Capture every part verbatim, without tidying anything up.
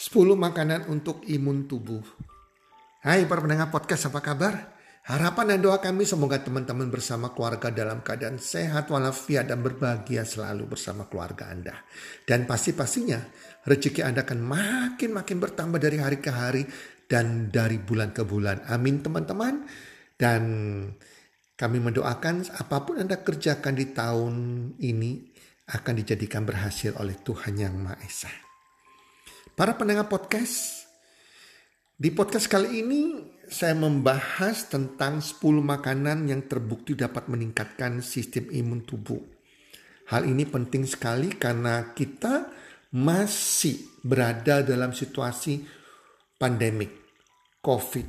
sepuluh makanan untuk imun tubuh. Hai para pendengar podcast, apa kabar? Harapan dan doa kami semoga teman-teman bersama keluarga dalam keadaan sehat walafiat dan berbahagia selalu bersama keluarga Anda. Dan pasti-pastinya rezeki Anda akan makin-makin bertambah dari hari ke hari dan dari bulan ke bulan. Amin teman-teman. Dan kami mendoakan apapun Anda kerjakan di tahun ini akan dijadikan berhasil oleh Tuhan Yang Maha Esa. Para pendengar podcast, di podcast kali ini saya membahas tentang sepuluh makanan yang terbukti dapat meningkatkan sistem imun tubuh. Hal ini penting sekali karena kita masih berada dalam situasi pandemik COVID.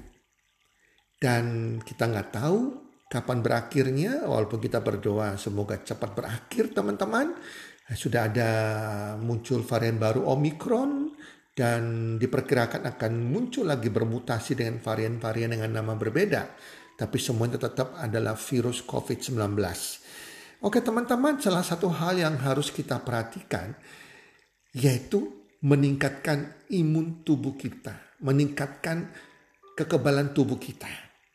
Dan kita nggak tahu kapan berakhirnya, walaupun kita berdoa semoga cepat berakhir teman-teman. Sudah ada muncul varian baru Omicron dan diperkirakan akan muncul lagi bermutasi dengan varian-varian dengan nama berbeda. Tapi semuanya tetap adalah virus covid sembilan belas. Oke teman-teman, salah satu hal yang harus kita perhatikan yaitu meningkatkan imun tubuh kita. Meningkatkan kekebalan tubuh kita.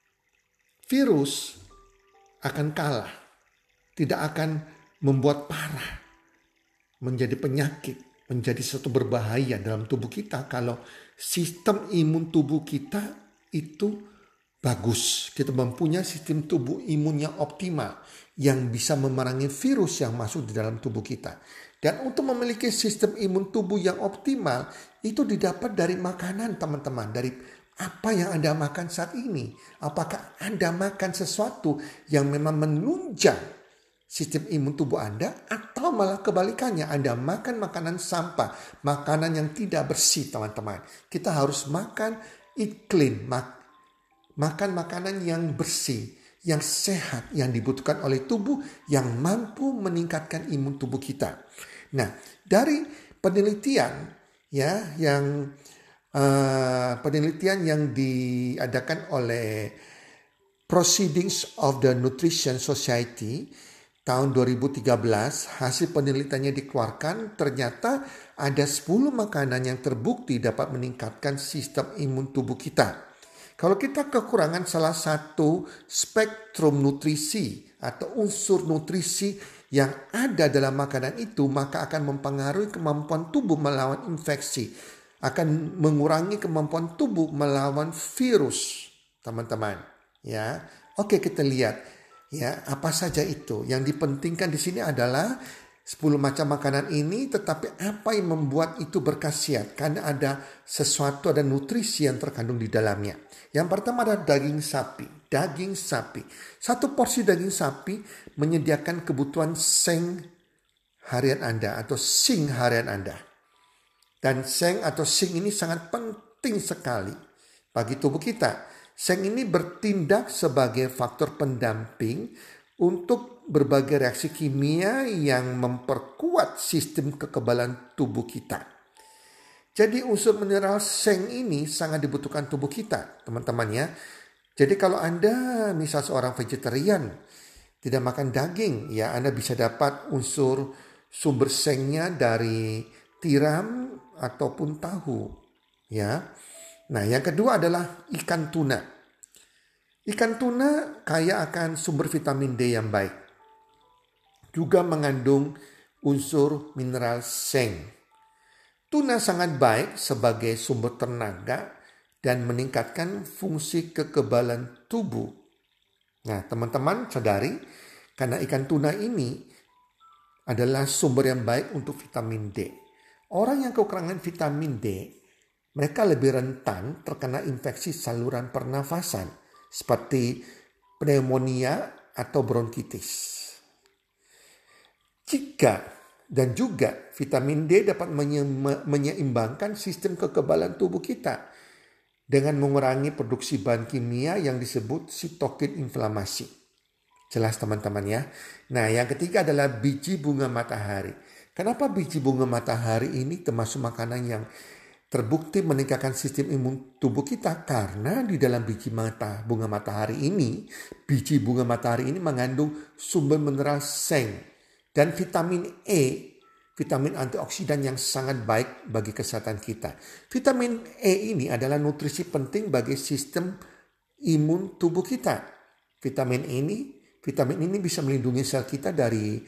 Virus akan kalah. Tidak akan membuat parah. Menjadi penyakit, menjadi sesuatu berbahaya dalam tubuh kita kalau sistem imun tubuh kita itu bagus. Kita mempunyai sistem tubuh imun yang optimal yang bisa memerangi virus yang masuk di dalam tubuh kita. Dan untuk memiliki sistem imun tubuh yang optimal itu didapat dari makanan teman-teman, dari apa yang Anda makan saat ini. Apakah Anda makan sesuatu yang memang menunjang sistem imun tubuh Anda, atau malah kebalikannya Anda makan makanan sampah, makanan yang tidak bersih teman-teman. Kita harus makan eat clean, mak- makan makanan yang bersih, yang sehat, yang dibutuhkan oleh tubuh, yang mampu meningkatkan imun tubuh kita. Nah, dari penelitian ya yang uh, penelitian yang diadakan oleh Proceedings of the Nutrition Society tahun dua ribu tiga belas, hasil penelitiannya dikeluarkan, ternyata ada sepuluh makanan yang terbukti dapat meningkatkan sistem imun tubuh kita. Kalau kita kekurangan salah satu spektrum nutrisi atau unsur nutrisi yang ada dalam makanan itu, maka akan mempengaruhi kemampuan tubuh melawan infeksi, akan mengurangi kemampuan tubuh melawan virus, teman-teman. Ya, oke kita lihat. Ya, apa saja itu? Yang dipentingkan di sini adalah sepuluh macam makanan ini, tetapi apa yang membuat itu berkhasiat? Karena ada sesuatu, ada nutrisi yang terkandung di dalamnya. Yang pertama adalah daging sapi. Daging sapi. Satu porsi daging sapi menyediakan kebutuhan seng harian Anda atau sing harian Anda. Dan seng atau sing ini sangat penting sekali bagi tubuh kita. Seng ini bertindak sebagai faktor pendamping untuk berbagai reaksi kimia yang memperkuat sistem kekebalan tubuh kita. Jadi unsur mineral seng ini sangat dibutuhkan tubuh kita, teman-teman ya. Jadi kalau Anda misal seorang vegetarian, tidak makan daging, ya Anda bisa dapat unsur sumber sengnya dari tiram ataupun tahu, ya. Nah, yang kedua adalah ikan tuna. Ikan tuna kaya akan sumber vitamin D yang baik. Juga mengandung unsur mineral seng. Tuna sangat baik sebagai sumber tenaga dan meningkatkan fungsi kekebalan tubuh. Nah, teman-teman sadari, karena ikan tuna ini adalah sumber yang baik untuk vitamin D. Orang yang kekurangan vitamin D, mereka lebih rentan terkena infeksi saluran pernafasan seperti pneumonia atau bronkitis. Jika dan juga vitamin D dapat menye- menyeimbangkan sistem kekebalan tubuh kita dengan mengurangi produksi bahan kimia yang disebut sitokin inflamasi. Jelas teman-teman ya. Nah, yang ketiga adalah biji bunga matahari. Kenapa biji bunga matahari ini termasuk makanan yang terbukti meningkatkan sistem imun tubuh kita? Karena di dalam biji mata bunga matahari ini, biji bunga matahari ini mengandung sumber mineral seng dan vitamin E. vitamin antioksidan yang sangat baik bagi kesehatan kita. Vitamin E ini adalah nutrisi penting bagi sistem imun tubuh kita. Vitamin ini, vitamin ini bisa melindungi sel kita dari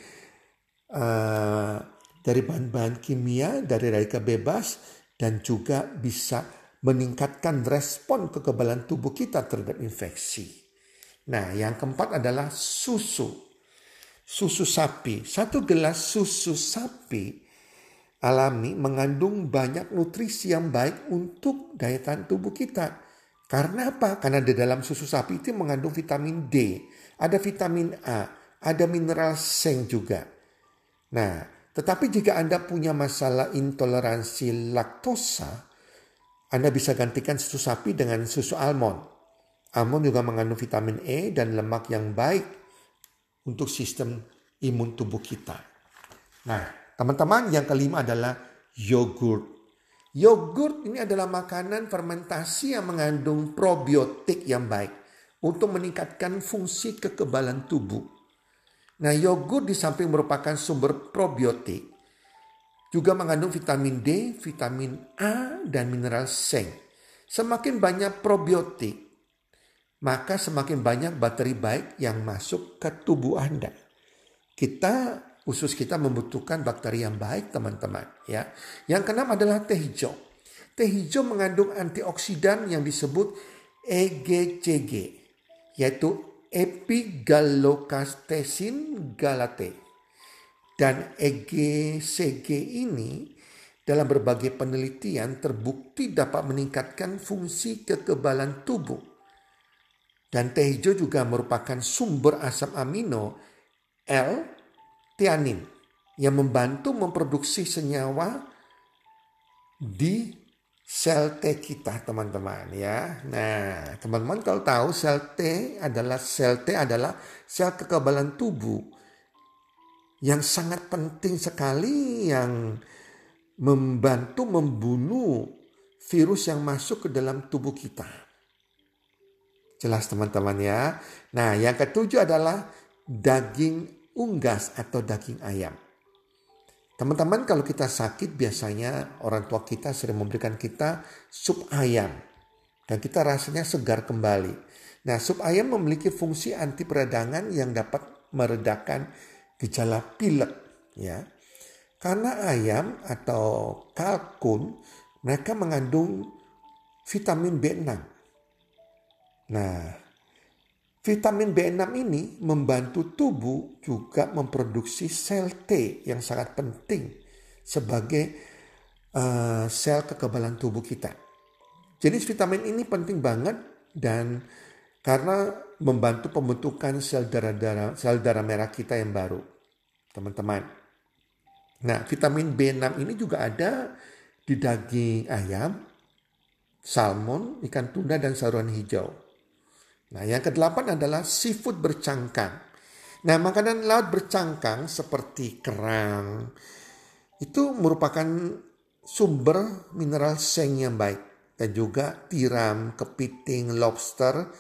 uh, dari bahan-bahan kimia, dari radikal bebas, dan juga bisa meningkatkan respon kekebalan tubuh kita terhadap infeksi. Nah, yang keempat adalah susu. Susu sapi. Satu gelas susu sapi alami mengandung banyak nutrisi yang baik untuk daya tahan tubuh kita. Karena apa? Karena di dalam susu sapi itu mengandung vitamin D, ada vitamin A, ada mineral zinc juga. Nah, tetapi jika Anda punya masalah intoleransi laktosa, Anda bisa gantikan susu sapi dengan susu almond. Almond juga mengandung vitamin E dan lemak yang baik untuk sistem imun tubuh kita. Nah, teman-teman, yang kelima adalah yogurt. Yogurt ini adalah makanan fermentasi yang mengandung probiotik yang baik untuk meningkatkan fungsi kekebalan tubuh. Nah, yogurt di samping merupakan sumber probiotik, juga mengandung vitamin D, vitamin A, dan mineral zinc. Semakin banyak probiotik, maka semakin banyak bakteri baik yang masuk ke tubuh Anda. Kita, usus kita membutuhkan bakteri yang baik, teman-teman. Ya. Yang keenam adalah teh hijau. Teh hijau mengandung antioksidan yang disebut E G C G, yaitu epigallocatechin galate. Dan E G C G ini dalam berbagai penelitian terbukti dapat meningkatkan fungsi kekebalan tubuh. Dan teh hijau juga merupakan sumber asam amino L-theanin yang membantu memproduksi senyawa di sel T kita, teman-teman, ya. Nah, teman-teman kalau tahu sel T adalah sel T adalah sel kekebalan tubuh yang sangat penting sekali, yang membantu membunuh virus yang masuk ke dalam tubuh kita. Jelas, teman-teman, ya. Nah, yang ketujuh adalah daging unggas atau daging ayam. Teman-teman, kalau kita sakit biasanya orang tua kita sering memberikan kita sup ayam. Dan kita rasanya segar kembali. Nah, sup ayam memiliki fungsi anti peradangan yang dapat meredakan gejala pilek. Ya. Karena ayam atau kalkun, mereka mengandung vitamin B enam. Nah, vitamin B enam ini membantu tubuh juga memproduksi sel T yang sangat penting sebagai uh, sel kekebalan tubuh kita. Jenis vitamin ini penting banget dan karena membantu pembentukan sel darah-darah sel darah merah kita yang baru, teman-teman. Nah, vitamin B enam ini juga ada di daging ayam, salmon, ikan tuna, dan sayuran hijau. Nah, yang kedelapan adalah seafood bercangkang. Nah, makanan laut bercangkang seperti kerang itu merupakan sumber mineral zinc yang baik. Dan juga tiram, kepiting, lobster.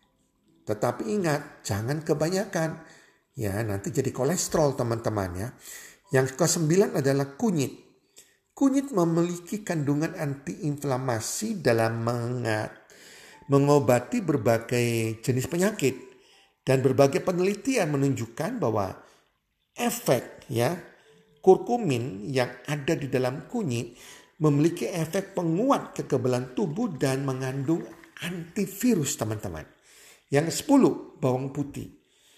Tetapi ingat, jangan kebanyakan. Ya, nanti jadi kolesterol, teman-teman, ya. Yang kesembilan adalah kunyit. Kunyit memiliki kandungan antiinflamasi dalam mengat mengobati berbagai jenis penyakit, dan berbagai penelitian menunjukkan bahwa efek ya kurkumin yang ada di dalam kunyit memiliki efek penguat kekebalan tubuh dan mengandung antivirus, teman-teman. Yang kesepuluh, bawang putih.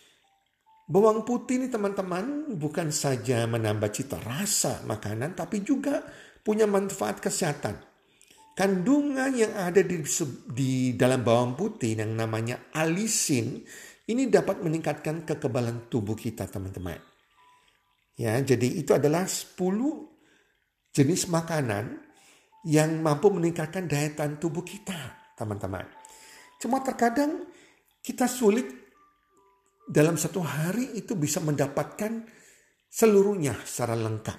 Bawang putih ini, teman-teman, bukan saja menambah cita rasa makanan, tapi juga punya manfaat kesehatan. Kandungan yang ada di, di dalam bawang putih yang namanya alisin ini dapat meningkatkan kekebalan tubuh kita, teman-teman. Ya, jadi itu adalah sepuluh jenis makanan yang mampu meningkatkan daya tahan tubuh kita, teman-teman. Cuma terkadang kita sulit dalam satu hari itu bisa mendapatkan seluruhnya secara lengkap.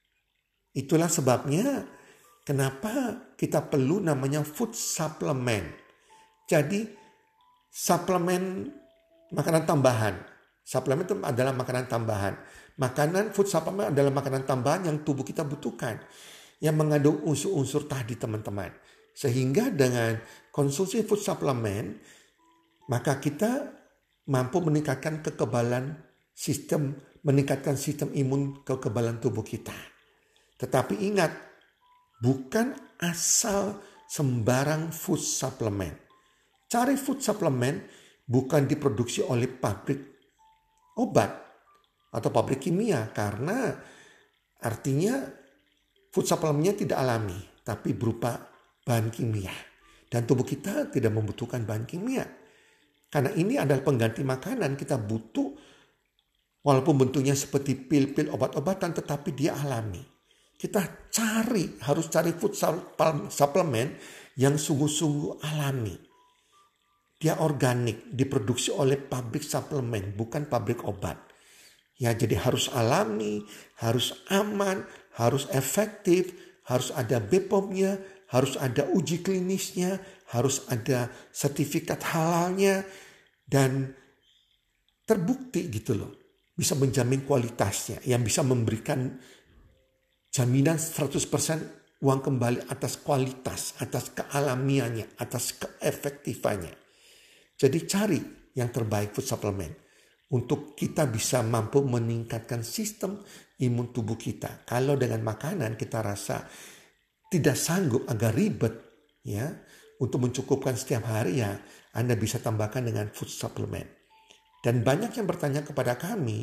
Itulah sebabnya kenapa kita perlu namanya food supplement. Jadi suplemen makanan tambahan Suplemen itu adalah makanan tambahan. Makanan food supplement adalah makanan tambahan yang tubuh kita butuhkan, yang mengandung unsur-unsur tadi teman-teman. Sehingga dengan konsumsi food supplement, maka kita mampu meningkatkan kekebalan sistem, meningkatkan sistem imun kekebalan tubuh kita. Tetapi ingat, bukan asal sembarang food supplement. Cari food supplement bukan diproduksi oleh pabrik obat atau pabrik kimia, karena artinya food supplementnya tidak alami, tapi berupa bahan kimia. Dan tubuh kita tidak membutuhkan bahan kimia. Karena ini adalah pengganti makanan, kita butuh walaupun bentuknya seperti pil-pil obat-obatan, tetapi dia alami. Kita cari, harus cari food supplement yang sungguh-sungguh alami. Dia organik, diproduksi oleh pabrik suplemen, bukan pabrik obat. Ya, jadi harus alami, harus aman, harus efektif, harus ada B P O M-nya, harus ada uji klinisnya, harus ada sertifikat halalnya, dan terbukti gitu loh. Bisa menjamin kualitasnya, yang bisa memberikan jaminan seratus persen uang kembali atas kualitas, atas kealamiannya, atas keefektifannya. Jadi cari yang terbaik food supplement untuk kita bisa mampu meningkatkan sistem imun tubuh kita. Kalau dengan makanan kita rasa tidak sanggup, agak ribet ya untuk mencukupkan setiap hari, ya Anda bisa tambahkan dengan food supplement. Dan banyak yang bertanya kepada kami,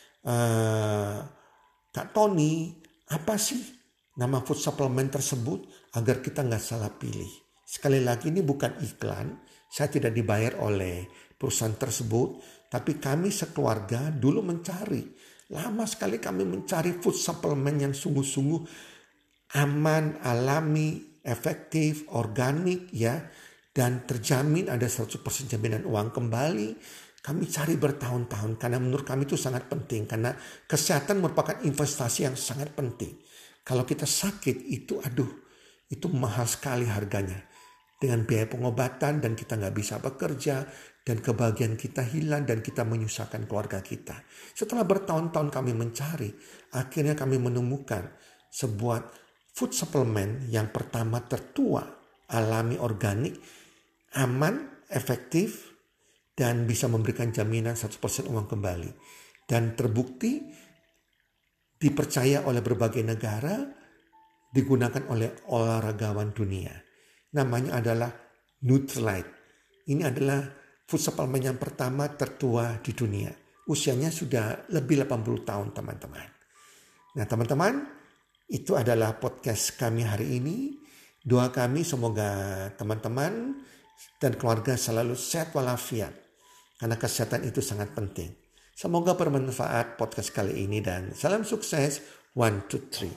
uh, Kak Tony, apa sih nama food supplement tersebut agar kita nggak salah pilih? Sekali lagi, ini bukan iklan, saya tidak dibayar oleh perusahaan tersebut, tapi kami sekeluarga dulu mencari, lama sekali kami mencari food supplement yang sungguh-sungguh aman, alami, efektif, organik ya, dan terjamin ada seratus persen jaminan uang kembali. Kami cari bertahun-tahun karena menurut kami itu sangat penting, karena kesehatan merupakan investasi yang sangat penting. Kalau kita sakit itu aduh, itu mahal sekali harganya. Dengan biaya pengobatan dan kita nggak bisa bekerja dan kebahagiaan kita hilang dan kita menyusahkan keluarga kita. Setelah bertahun-tahun kami mencari, akhirnya kami menemukan sebuah food supplement yang pertama tertua, alami, organik, aman, efektif, dan bisa memberikan jaminan seratus persen uang kembali. Dan terbukti dipercaya oleh berbagai negara, digunakan oleh olahragawan dunia. Namanya adalah Nutrilite. Ini adalah food supplement yang pertama tertua di dunia. Usianya sudah lebih delapan puluh tahun teman-teman. Nah teman-teman, itu adalah podcast kami hari ini. Doa kami semoga teman-teman dan keluarga selalu sehat walafiat. Karena kesehatan itu sangat penting. Semoga bermanfaat podcast kali ini dan salam sukses. One, two, three.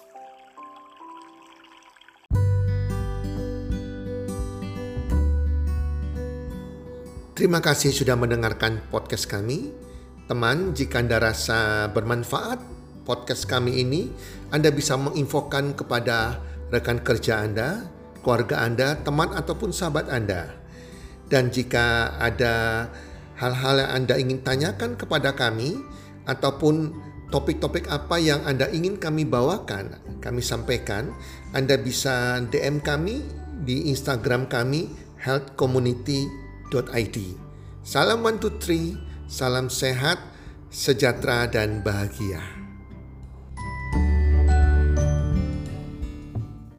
Terima kasih sudah mendengarkan podcast kami. Teman, jika Anda rasa bermanfaat podcast kami ini, Anda bisa menginfokan kepada rekan kerja Anda, keluarga Anda, teman ataupun sahabat Anda. Dan jika ada hal-hal yang Anda ingin tanyakan kepada kami, ataupun topik-topik apa yang Anda ingin kami bawakan, kami sampaikan, Anda bisa D M kami di Instagram kami health community dot i d. Salam one two three, salam sehat, sejahtera dan bahagia.